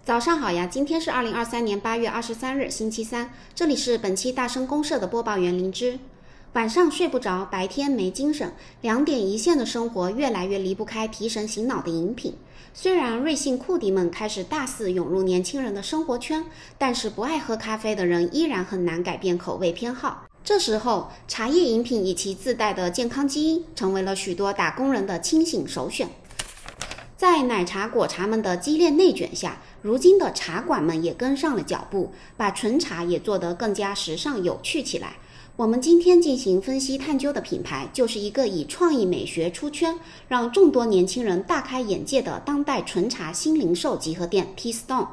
早上好呀，今天是2023年8月23日，星期三，这里是本期大声公社的播报员灵芝。晚上睡不着，白天没精神，2点一线的生活越来越离不开提神醒脑的饮品。虽然瑞幸酷迪们开始大肆涌入年轻人的生活圈，但是不爱喝咖啡的人依然很难改变口味偏好。这时候，茶叶饮品以其自带的健康基因，成为了许多打工人的清醒首选。在奶茶果茶们的激烈内卷下，如今的茶馆们也跟上了脚步，把纯茶也做得更加时尚有趣起来。我们今天进行分析探究的品牌，就是一个以创意美学出圈，让众多年轻人大开眼界的当代纯茶新零售集合店 Teastone。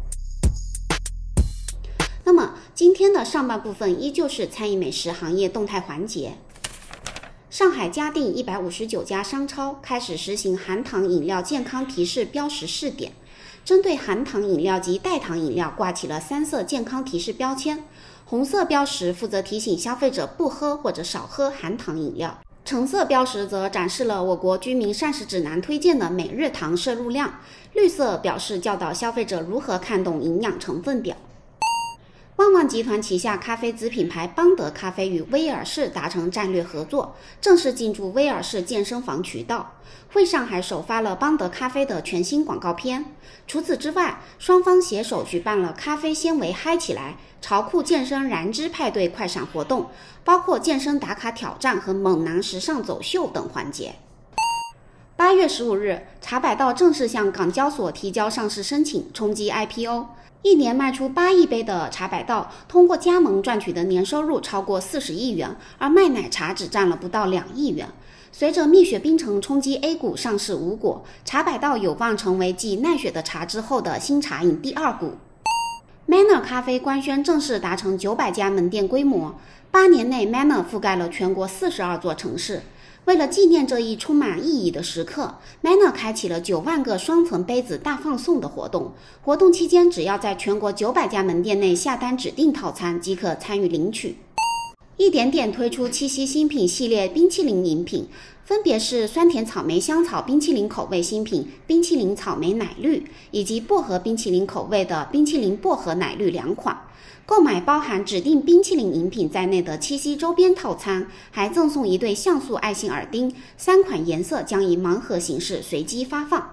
那么今天的上半部分依旧是餐饮美食行业动态环节。上海嘉定159家商超开始实行含糖饮料健康提示标识试点，针对含糖饮料及代糖饮料挂起了3色健康提示标签，红色标识负责提醒消费者不喝或者少喝含糖饮料，橙色标识则展示了我国居民膳食指南推荐的每日糖摄入量，绿色表示教导消费者如何看懂营养成分表。旺旺集团旗下咖啡子品牌邦德咖啡与威尔士达成战略合作，正式进驻威尔士健身房渠道。会上还首发了邦德咖啡的全新广告片。除此之外，双方携手举办了咖啡纤维嗨起来、潮酷健身燃脂派对快闪活动，包括健身打卡挑战和猛男时尚走秀等环节。8月15日，茶百道正式向港交所提交上市申请，冲击 IPO。一年卖出8亿杯的茶百道，通过加盟赚取的年收入超过40亿元，而卖奶茶只占了不到2亿元。随着蜜雪冰城冲击 A 股上市无果，茶百道有望成为继奈雪的茶之后的新茶饮第2股。Manner 咖啡官宣正式达成900家门店规模，8年内 Manner 覆盖了全国42座城市。为了纪念这一充满意义的时刻， Manner 开启了9万个双层杯子大放送的活动。活动期间，只要在全国900家门店内下单指定套餐，即可参与领取。一点点推出七夕新品系列冰淇淋饮品，分别是酸甜草莓香草冰淇淋口味新品冰淇淋草莓奶绿，以及薄荷冰淇淋口味的冰淇淋薄荷奶绿2款。购买包含指定冰淇淋饮品在内的七夕周边套餐，还赠送1对像素爱心耳钉，3款颜色将以盲盒形式随机发放。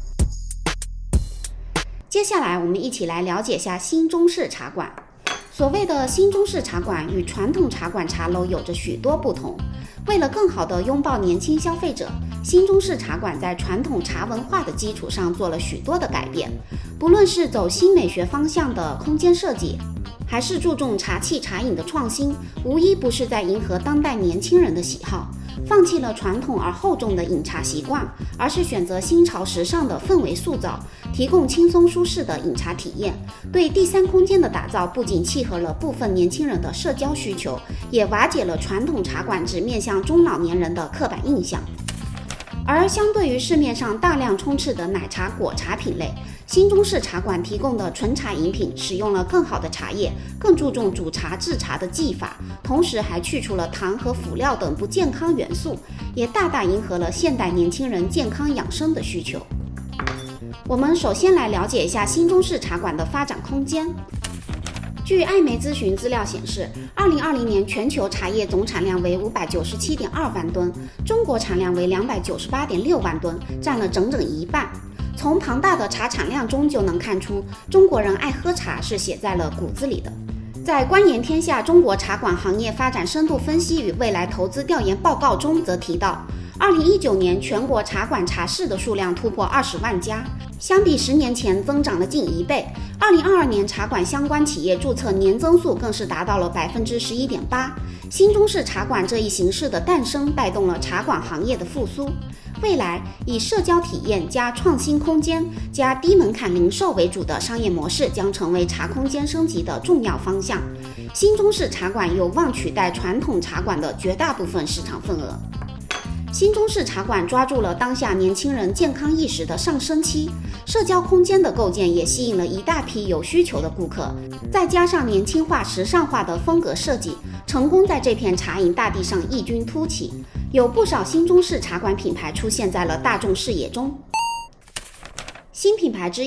接下来我们一起来了解下新中式茶馆。所谓的新中式茶馆与传统茶馆茶楼有着许多不同。为了更好地拥抱年轻消费者，新中式茶馆在传统茶文化的基础上做了许多的改变。不论是走新美学方向的空间设计，还是注重茶器茶饮的创新，无一不是在迎合当代年轻人的喜好，放弃了传统而厚重的饮茶习惯，而是选择新潮时尚的氛围塑造，提供轻松舒适的饮茶体验。对第三空间的打造不仅契合了部分年轻人的社交需求，也瓦解了传统茶馆只面向中老年人的刻板印象。而相对于市面上大量充斥的奶茶果茶品类，新中式茶馆提供的纯茶饮品使用了更好的茶叶，更注重煮茶制茶的技法，同时还去除了糖和辅料等不健康元素，也大大迎合了现代年轻人健康养生的需求。我们首先来了解一下新中式茶馆的发展空间。据艾媒咨询资料显示，2020年全球茶叶总产量为597.2万吨，中国产量为298.6万吨，占了整整一半。从庞大的茶产量中就能看出，中国人爱喝茶是写在了骨子里的。在观言天下中国茶馆行业发展深度分析与未来投资调研报告中则提到，2019年全国茶馆茶室的数量突破20万家，相比10年前增长了近1倍。2022年茶馆相关企业注册年增速更是达到了11.8%。新中式茶馆这一形式的诞生，带动了茶馆行业的复苏。未来以社交体验加创新空间加低门槛零售为主的商业模式将成为茶空间升级的重要方向。新中式茶馆有望取代传统茶馆的绝大部分市场份额。新中式茶馆抓住了当下年轻人健康意识的上升期，社交空间的构建也吸引了一大批有需求的顾客，再加上年轻化、时尚化的风格设计，成功在这片茶饮大地上异军突起。有不少新中式茶馆品牌出现在了大众视野中。新品牌之一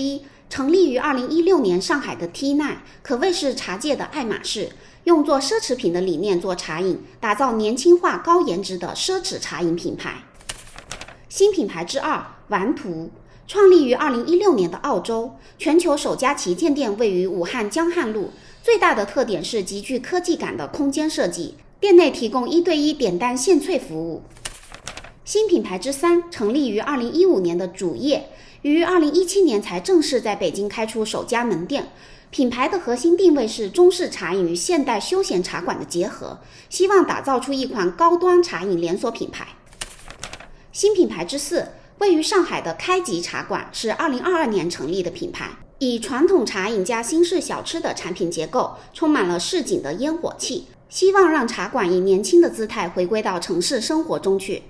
成立于2016年上海的 T9 可谓是茶界的爱马仕，用做奢侈品的理念做茶饮，打造年轻化高颜值的奢侈茶饮品牌。新品牌之二，玩图，创立于2016年的澳洲，全球首家旗舰店位于武汉江汉路，最大的特点是极具科技感的空间设计，店内提供1对1点单现萃服务。新品牌之三，成立于2015年的主业，于2017年才正式在北京开出首家门店。品牌的核心定位是中式茶饮与现代休闲茶馆的结合，希望打造出一款高端茶饮连锁品牌。新品牌之四，位于上海的开吉茶馆，是2022年成立的品牌，以传统茶饮加新式小吃的产品结构，充满了市井的烟火气，希望让茶馆以年轻的姿态回归到城市生活中去。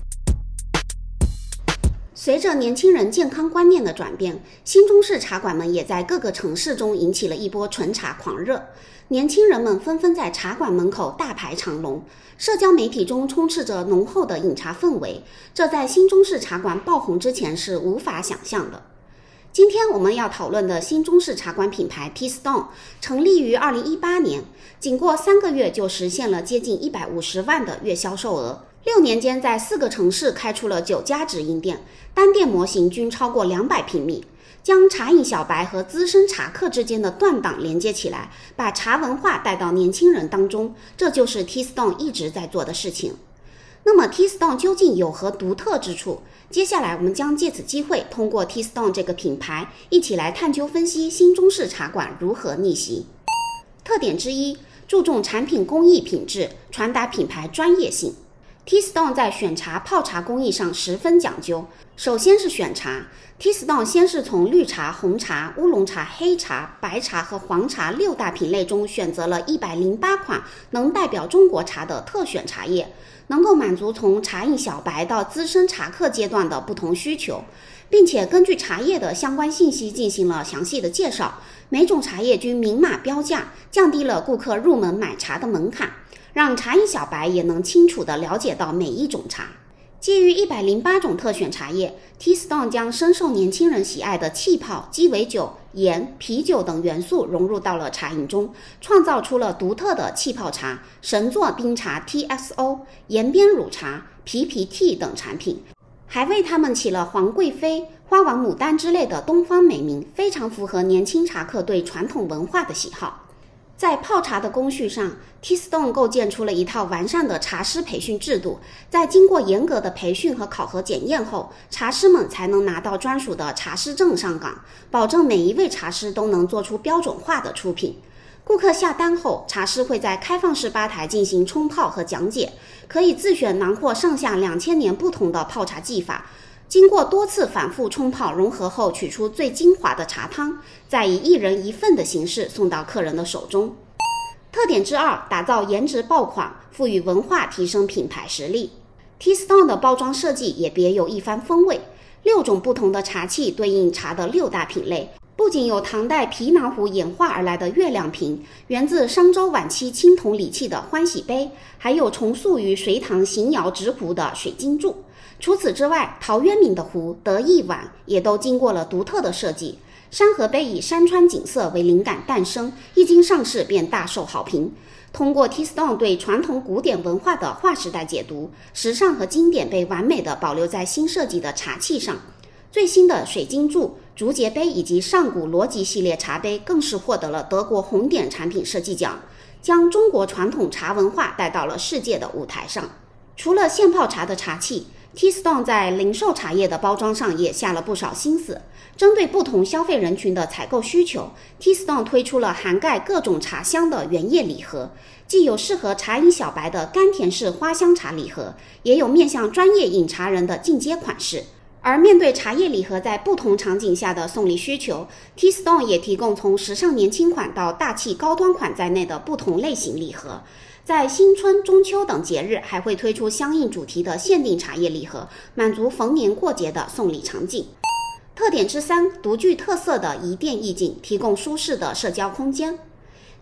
随着年轻人健康观念的转变，新中式茶馆们也在各个城市中引起了一波纯茶狂热。年轻人们纷纷在茶馆门口大排长龙，社交媒体中充斥着浓厚的饮茶氛围，这在新中式茶馆爆红之前是无法想象的。今天我们要讨论的新中式茶馆品牌 Teastone 成立于2018年，仅过3个月就实现了接近150万的月销售额。6年间在4个城市开出了9家直营店，单店模型均超过200平米，将茶饮小白和资深茶客之间的断档连接起来，把茶文化带到年轻人当中，这就是 Teastone 一直在做的事情。那么 Teastone 究竟有何独特之处？接下来我们将借此机会，通过 Teastone 这个品牌，一起来探究分析新中式茶馆如何逆袭。特点之一，注重产品工艺品质，传达品牌专业性。Teastone 在选茶泡茶工艺上十分讲究。首先是选茶， Teastone 先是从绿茶、红茶、乌龙茶、黑茶、白茶和黄茶6大品类中选择了108款能代表中国茶的特选茶叶，能够满足从茶饮小白到资深茶客阶段的不同需求，并且根据茶叶的相关信息进行了详细的介绍，每种茶叶均明码标价，降低了顾客入门买茶的门槛，让茶饮小白也能清楚地了解到每一种茶。基于108种特选茶叶， Teastone 将深受年轻人喜爱的气泡、鸡尾酒、盐、啤酒等元素融入到了茶饮中，创造出了独特的气泡茶、神作冰茶 TXO、 盐边乳茶、皮皮 Tea 等产品，还为它们起了皇贵妃、花王牡丹之类的东方美名，非常符合年轻茶客对传统文化的喜好。在泡茶的工序上， Teastone 构建出了一套完善的茶师培训制度，在经过严格的培训和考核检验后，茶师们才能拿到专属的茶师证上岗，保证每一位茶师都能做出标准化的出品。顾客下单后，茶师会在开放式吧台进行冲泡和讲解，可以自选囊括上下2000年不同的泡茶技法，经过多次反复冲泡融合后，取出最精华的茶汤，再以1人1份的形式送到客人的手中。特点之二，打造颜值爆款，赋予文化，提升品牌实力。 Teastone 的包装设计也别有一番风味，6种不同的茶器对应茶的6大品类，不仅有唐代皮囊壶演化而来的月亮瓶，源自商周晚期青铜礼器的欢喜杯，还有重塑于隋唐邢窑直壶的水晶柱。除此之外，陶渊明的壶、得意碗也都经过了独特的设计。山河杯以山川景色为灵感诞生，一经上市便大受好评。通过 Teastone 对传统古典文化的划时代解读，时尚和经典被完美地保留在新设计的茶器上。最新的水晶柱、竹节杯以及上古逻辑系列茶杯更是获得了德国红点产品设计奖，将中国传统茶文化带到了世界的舞台上。除了现泡茶的茶器， Teastone 在零售茶叶的包装上也下了不少心思。针对不同消费人群的采购需求， Teastone 推出了涵盖各种茶香的原叶礼盒，既有适合茶饮小白的甘甜式花香茶礼盒，也有面向专业饮茶人的进阶款式。而面对茶叶礼盒在不同场景下的送礼需求， Teastone 也提供从时尚年轻款到大气高端款在内的不同类型礼盒。在新春、中秋等节日还会推出相应主题的限定茶叶礼盒，满足逢年过节的送礼场景。特点之三，独具特色的一店一景，提供舒适的社交空间。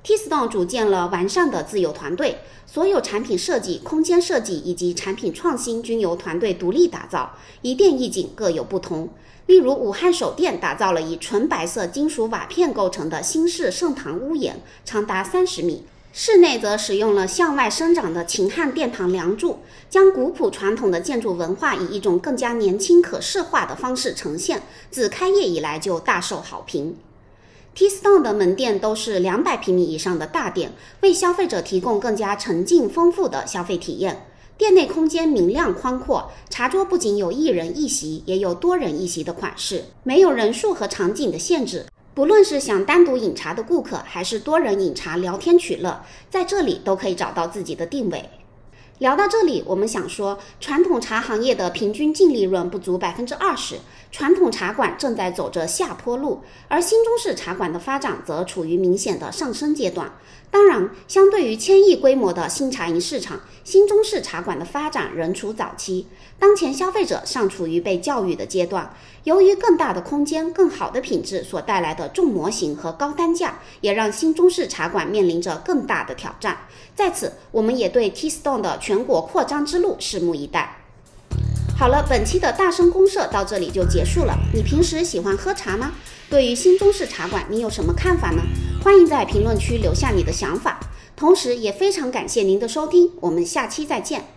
T-Stone 组建了完善的自有团队，所有产品设计、空间设计以及产品创新均由团队独立打造，一店一景各有不同。例如，武汉首店打造了以纯白色金属瓦片构成的新式盛唐屋檐，长达30米。室内则使用了向外生长的秦汉殿堂梁柱，将古朴传统的建筑文化以一种更加年轻可视化的方式呈现，自开业以来就大受好评。T-Stone 的门店都是200平米以上的大店，为消费者提供更加沉浸丰富的消费体验。店内空间明亮宽阔，茶桌不仅有1人1席，也有多人1席的款式，没有人数和场景的限制。不论是想单独饮茶的顾客，还是多人饮茶聊天取乐，在这里都可以找到自己的定位。聊到这里，我们想说，传统茶行业的平均净利润不足20%，传统茶馆正在走着下坡路，而新中式茶馆的发展则处于明显的上升阶段。当然，相对于1000亿规模的新茶饮市场，新中式茶馆的发展仍处早期。当前消费者尚处于被教育的阶段，由于更大的空间、更好的品质所带来的重模型和高单价，也让新中式茶馆面临着更大的挑战。在此，我们也对 T-Stone 的全国扩张之路拭目以待。好了，本期的大声公社到这里就结束了。你平时喜欢喝茶吗？对于新中式茶馆，你有什么看法呢？欢迎在评论区留下你的想法。同时，也非常感谢您的收听，我们下期再见。